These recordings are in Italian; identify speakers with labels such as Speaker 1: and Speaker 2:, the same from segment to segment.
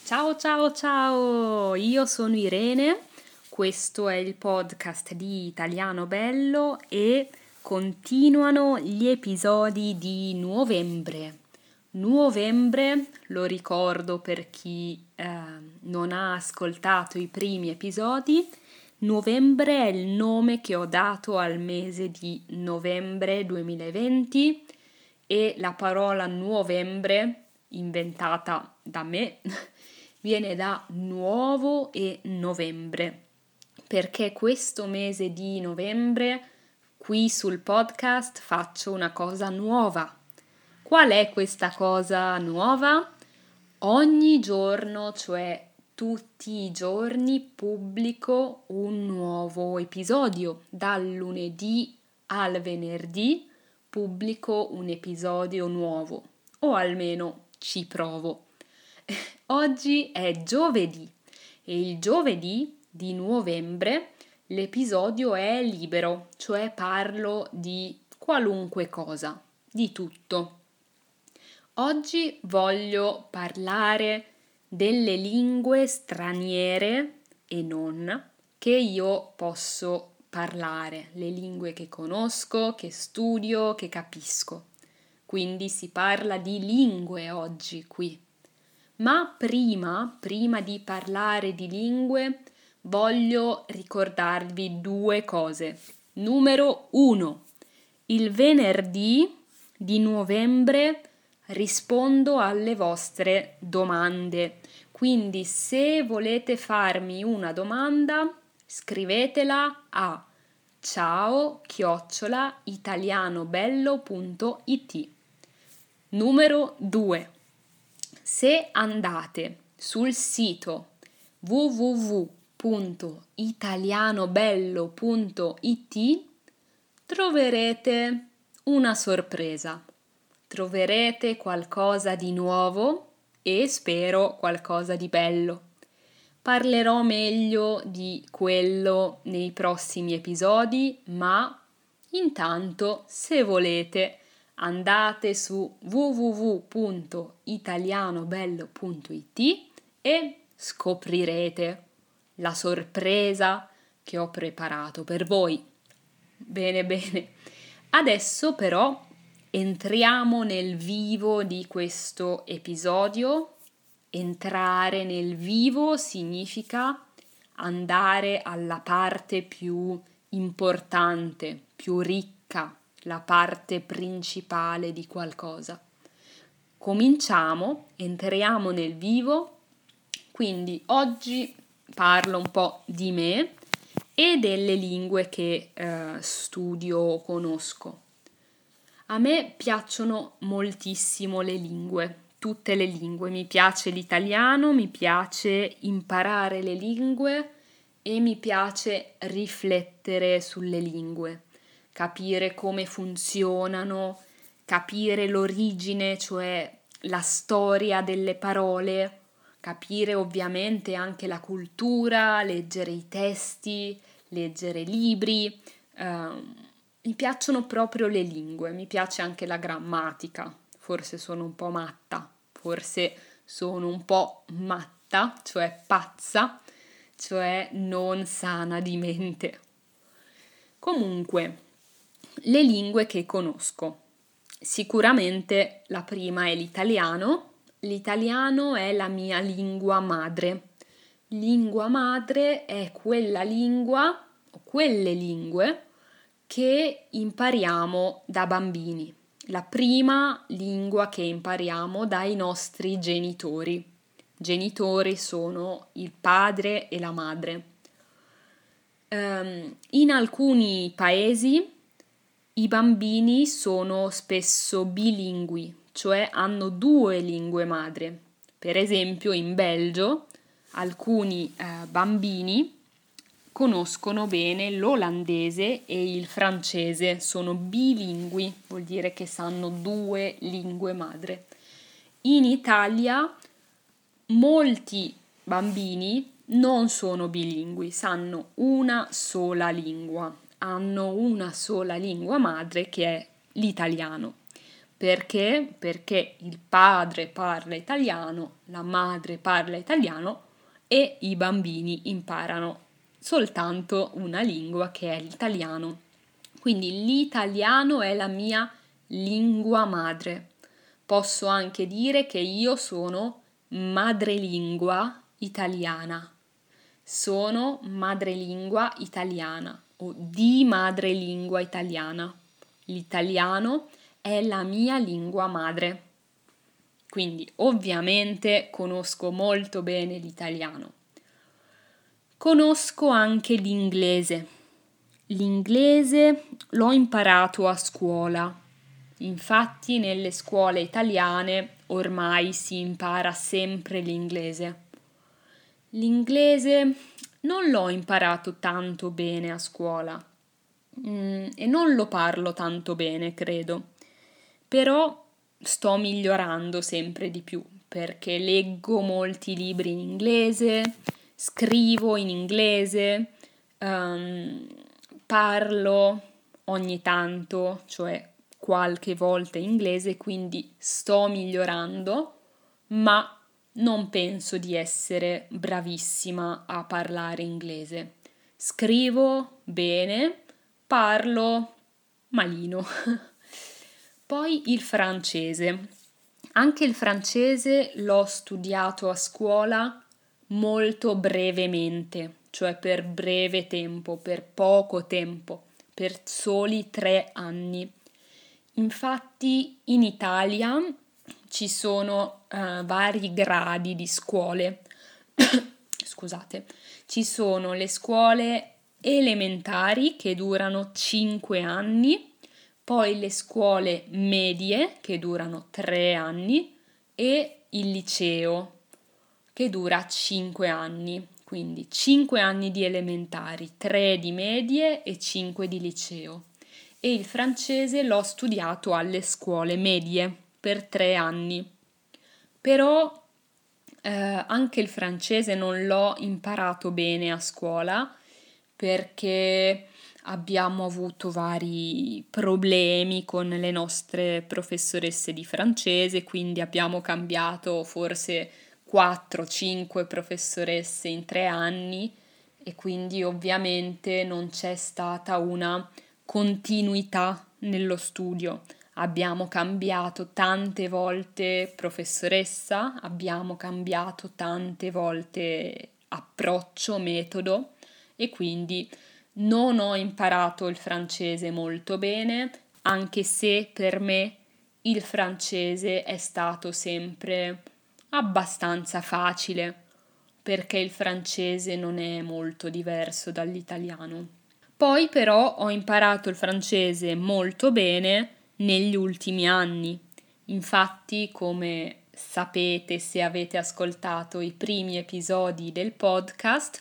Speaker 1: Ciao ciao ciao, io sono Irene, questo è il podcast di Italiano Bello e continuano gli episodi di novembre. Novembre, lo ricordo per chi non ha ascoltato i primi episodi, novembre è il nome che ho dato al mese di novembre 2020 e la parola novembre, inventata da me, viene da nuovo e novembre, perché questo mese di novembre qui sul podcast faccio una cosa nuova. Qual è questa cosa nuova? Ogni giorno, cioè tutti i giorni, pubblico un nuovo episodio. Dal lunedì al venerdì pubblico un episodio nuovo, o almeno ci provo. Oggi è giovedì e il giovedì di novembre l'episodio è libero, cioè parlo di qualunque cosa, di tutto. Oggi voglio parlare delle lingue straniere e non che io posso parlare, le lingue che conosco, che studio, che capisco. Quindi si parla di lingue oggi qui. Ma prima di parlare di lingue, voglio ricordarvi due cose. Numero 1. Il venerdì di novembre rispondo alle vostre domande. Quindi se volete farmi una domanda, scrivetela a ciao@italianobello.it. Numero 2. Se andate sul sito www.italianobello.it troverete una sorpresa, troverete qualcosa di nuovo e spero qualcosa di bello. Parlerò meglio di quello nei prossimi episodi, ma intanto, se volete, andate su www.italianobello.it e scoprirete la sorpresa che ho preparato per voi. Bene, bene. Adesso però entriamo nel vivo di questo episodio. Entrare nel vivo significa andare alla parte più importante, più ricca, la parte principale di qualcosa. Cominciamo, entriamo nel vivo, quindi oggi parlo un po' di me e delle lingue che studio o conosco. A me piacciono moltissimo le lingue, tutte le lingue, mi piace l'italiano, mi piace imparare le lingue e mi piace riflettere sulle lingue, capire come funzionano, capire l'origine, cioè la storia delle parole, capire ovviamente anche la cultura, leggere i testi, leggere libri. Mi piacciono proprio le lingue, mi piace anche la grammatica, forse sono un po' matta, cioè pazza, cioè non sana di mente. Comunque, le lingue che conosco. Sicuramente la prima è l'italiano. L'italiano è la mia lingua madre. Lingua madre è quella lingua o quelle lingue che impariamo da bambini. La prima lingua che impariamo dai nostri genitori. Genitori sono il padre e la madre. In alcuni paesi i bambini sono spesso bilingui, cioè hanno due lingue madre. Per esempio in Belgio alcuni bambini conoscono bene l'olandese e il francese, sono bilingui, vuol dire che sanno due lingue madre. In Italia molti bambini non sono bilingui, sanno una sola lingua, hanno una sola lingua madre che è l'italiano. Perché? Perché il padre parla italiano, la madre parla italiano e i bambini imparano soltanto una lingua che è l'italiano. Quindi l'italiano è la mia lingua madre. Posso anche dire che io sono madrelingua italiana. Sono madrelingua italiana o di madrelingua italiana. L'italiano è la mia lingua madre. Quindi ovviamente conosco molto bene l'italiano. Conosco anche l'inglese. L'inglese l'ho imparato a scuola. Infatti nelle scuole italiane ormai si impara sempre l'inglese. L'inglese non l'ho imparato tanto bene a scuola e non lo parlo tanto bene, credo. Però sto migliorando sempre di più perché leggo molti libri in inglese, scrivo in inglese, parlo ogni tanto, cioè qualche volta in inglese, quindi sto migliorando, ma non penso di essere bravissima a parlare inglese. Scrivo bene, parlo malino. Poi il francese. Anche il francese l'ho studiato a scuola molto brevemente, cioè per breve tempo, per poco tempo, per soli 3 anni. Infatti in Italia ci sono vari gradi di scuole. Scusate, ci sono le scuole elementari che durano 5 anni, poi le scuole medie che durano 3 anni e il liceo che dura 5 anni, quindi 5 anni di elementari, 3 di medie e 5 di liceo. E il francese l'ho studiato alle scuole medie per 3 anni. Però anche il francese non l'ho imparato bene a scuola perché abbiamo avuto vari problemi con le nostre professoresse di francese, quindi abbiamo cambiato forse 4-5 professoresse in 3 anni e quindi ovviamente non c'è stata una continuità nello studio. Abbiamo cambiato tante volte professoressa, abbiamo cambiato tante volte approccio, metodo e quindi non ho imparato il francese molto bene, anche se per me il francese è stato sempre abbastanza facile, perché il francese non è molto diverso dall'italiano. Poi però ho imparato il francese molto bene negli ultimi anni. Infatti, come sapete se avete ascoltato i primi episodi del podcast,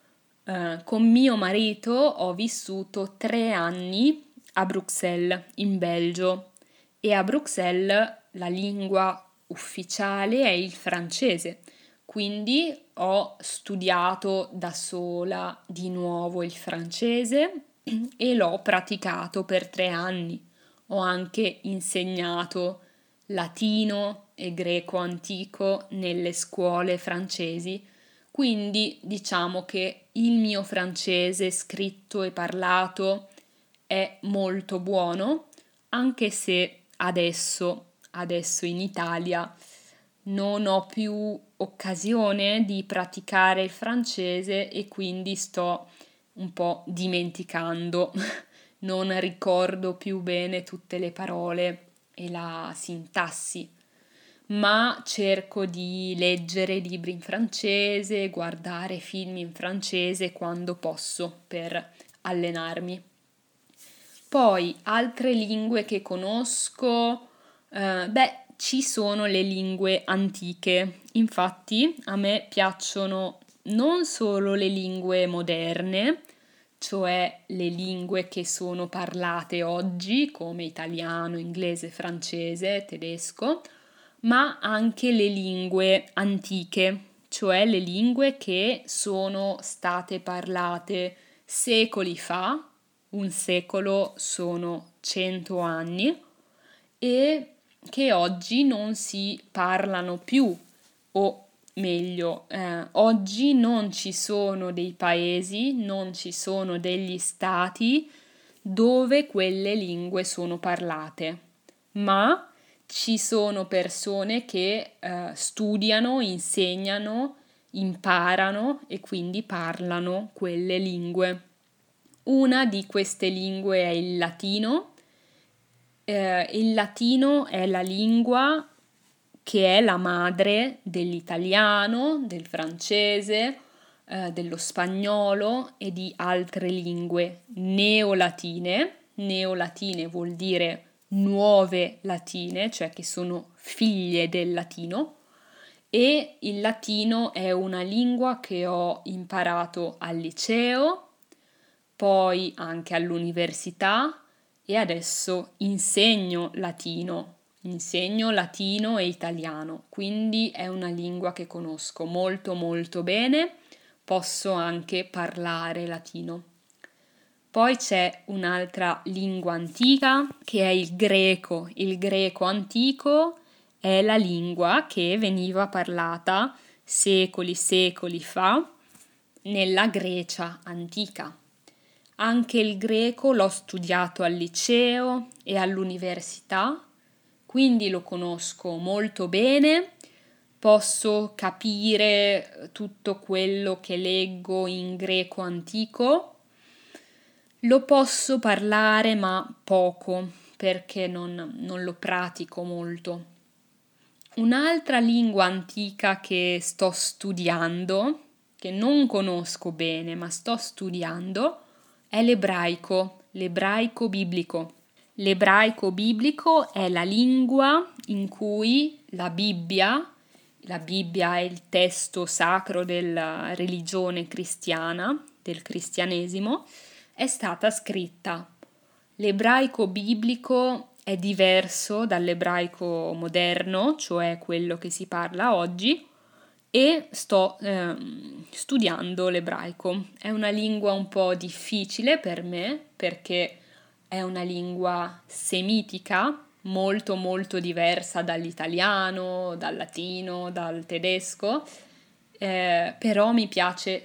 Speaker 1: con mio marito ho vissuto 3 anni a Bruxelles, in Belgio, e a Bruxelles la lingua ufficiale è il francese, quindi ho studiato da sola di nuovo il francese e l'ho praticato per 3 anni. Ho anche insegnato latino e greco antico nelle scuole francesi, quindi diciamo che il mio francese scritto e parlato è molto buono, anche se adesso in Italia non ho più occasione di praticare il francese e quindi sto un po' dimenticando, non ricordo più bene tutte le parole e la sintassi, ma cerco di leggere libri in francese, guardare film in francese quando posso per allenarmi. Poi altre lingue che conosco, ci sono le lingue antiche. Infatti a me piacciono non solo le lingue moderne, cioè le lingue che sono parlate oggi come italiano, inglese, francese, tedesco, ma anche le lingue antiche, cioè le lingue che sono state parlate secoli fa, un secolo sono 100 anni, e che oggi non si parlano più, o meglio, oggi non ci sono dei paesi, non ci sono degli stati dove quelle lingue sono parlate, ma ci sono persone che studiano, insegnano, imparano e quindi parlano quelle lingue. Una di queste lingue è il latino. Il latino è la lingua che è la madre dell'italiano, del francese, dello spagnolo e di altre lingue neolatine. Neolatine vuol dire nuove latine, cioè che sono figlie del latino. E il latino è una lingua che ho imparato al liceo, poi anche all'università e adesso insegno latino e italiano, quindi è una lingua che conosco molto molto bene, posso anche parlare latino. Poi c'è un'altra lingua antica che è il greco. Il greco antico è la lingua che veniva parlata secoli fa nella Grecia antica. Anche il greco l'ho studiato al liceo e all'università, quindi lo conosco molto bene, posso capire tutto quello che leggo in greco antico, lo posso parlare ma poco perché non lo pratico molto. Un'altra lingua antica che sto studiando, che non conosco bene ma sto studiando, è l'ebraico biblico. L'ebraico biblico è la lingua in cui la Bibbia è il testo sacro della religione cristiana, del cristianesimo, è stata scritta. L'ebraico biblico è diverso dall'ebraico moderno, cioè quello che si parla oggi, e sto studiando l'ebraico. È una lingua un po' difficile per me perché è una lingua semitica, molto molto diversa dall'italiano, dal latino, dal tedesco, però mi piace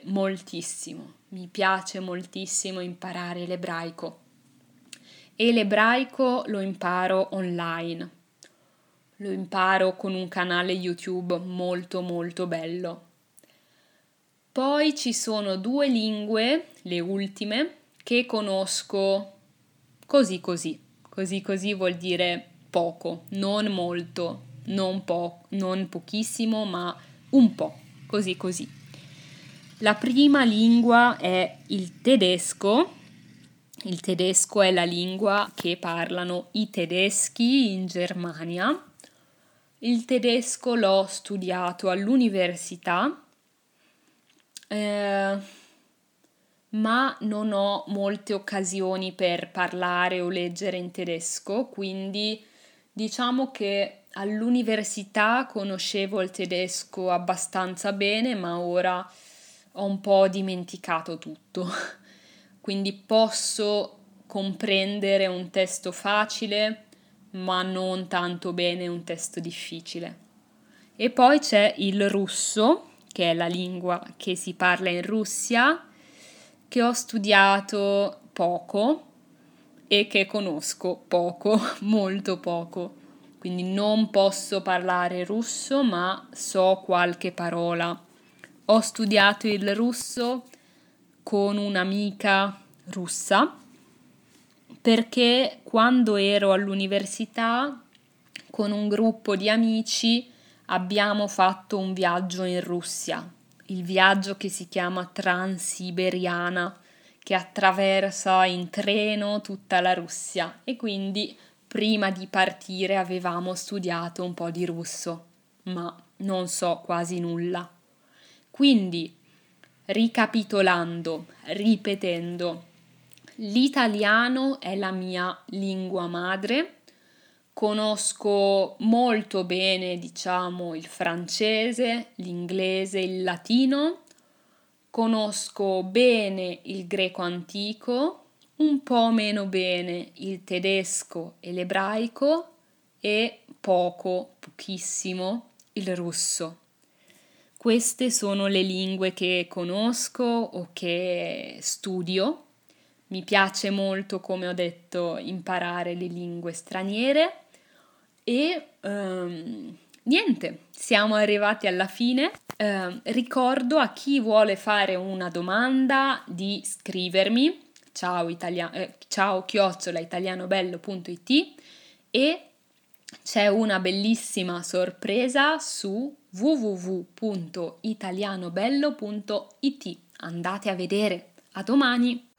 Speaker 1: moltissimo imparare l'ebraico. E l'ebraico lo imparo online. Lo imparo con un canale YouTube molto molto bello. Poi ci sono 2 lingue, le ultime, che conosco così così. Così vuol dire poco, non molto, non pochissimo, ma un po', così così. La prima lingua è il tedesco. Il tedesco è la lingua che parlano i tedeschi in Germania. Il tedesco l'ho studiato all'università, ma non ho molte occasioni per parlare o leggere in tedesco, quindi diciamo che all'università conoscevo il tedesco abbastanza bene, ma ora ho un po' dimenticato tutto. Quindi posso comprendere un testo facile, ma non tanto bene un testo difficile. E poi c'è il russo, che è la lingua che si parla in Russia, che ho studiato poco e che conosco poco, molto poco. Quindi non posso parlare russo, ma so qualche parola. Ho studiato il russo con un'amica russa perché quando ero all'università con un gruppo di amici abbiamo fatto un viaggio in Russia, il viaggio che si chiama Transiberiana, che attraversa in treno tutta la Russia e quindi prima di partire avevamo studiato un po' di russo, ma non so quasi nulla. Quindi, ricapitolando, ripetendo, l'italiano è la mia lingua madre, conosco molto bene, diciamo, il francese, l'inglese, il latino, conosco bene il greco antico, un po' meno bene il tedesco e l'ebraico e pochissimo il russo. Queste sono le lingue che conosco o che studio. Mi piace molto, come ho detto, imparare le lingue straniere e niente, siamo arrivati alla fine. Ricordo a chi vuole fare una domanda di scrivermi ciao@italianobello.it e c'è una bellissima sorpresa su www.italianobello.it. Andate a vedere. A domani!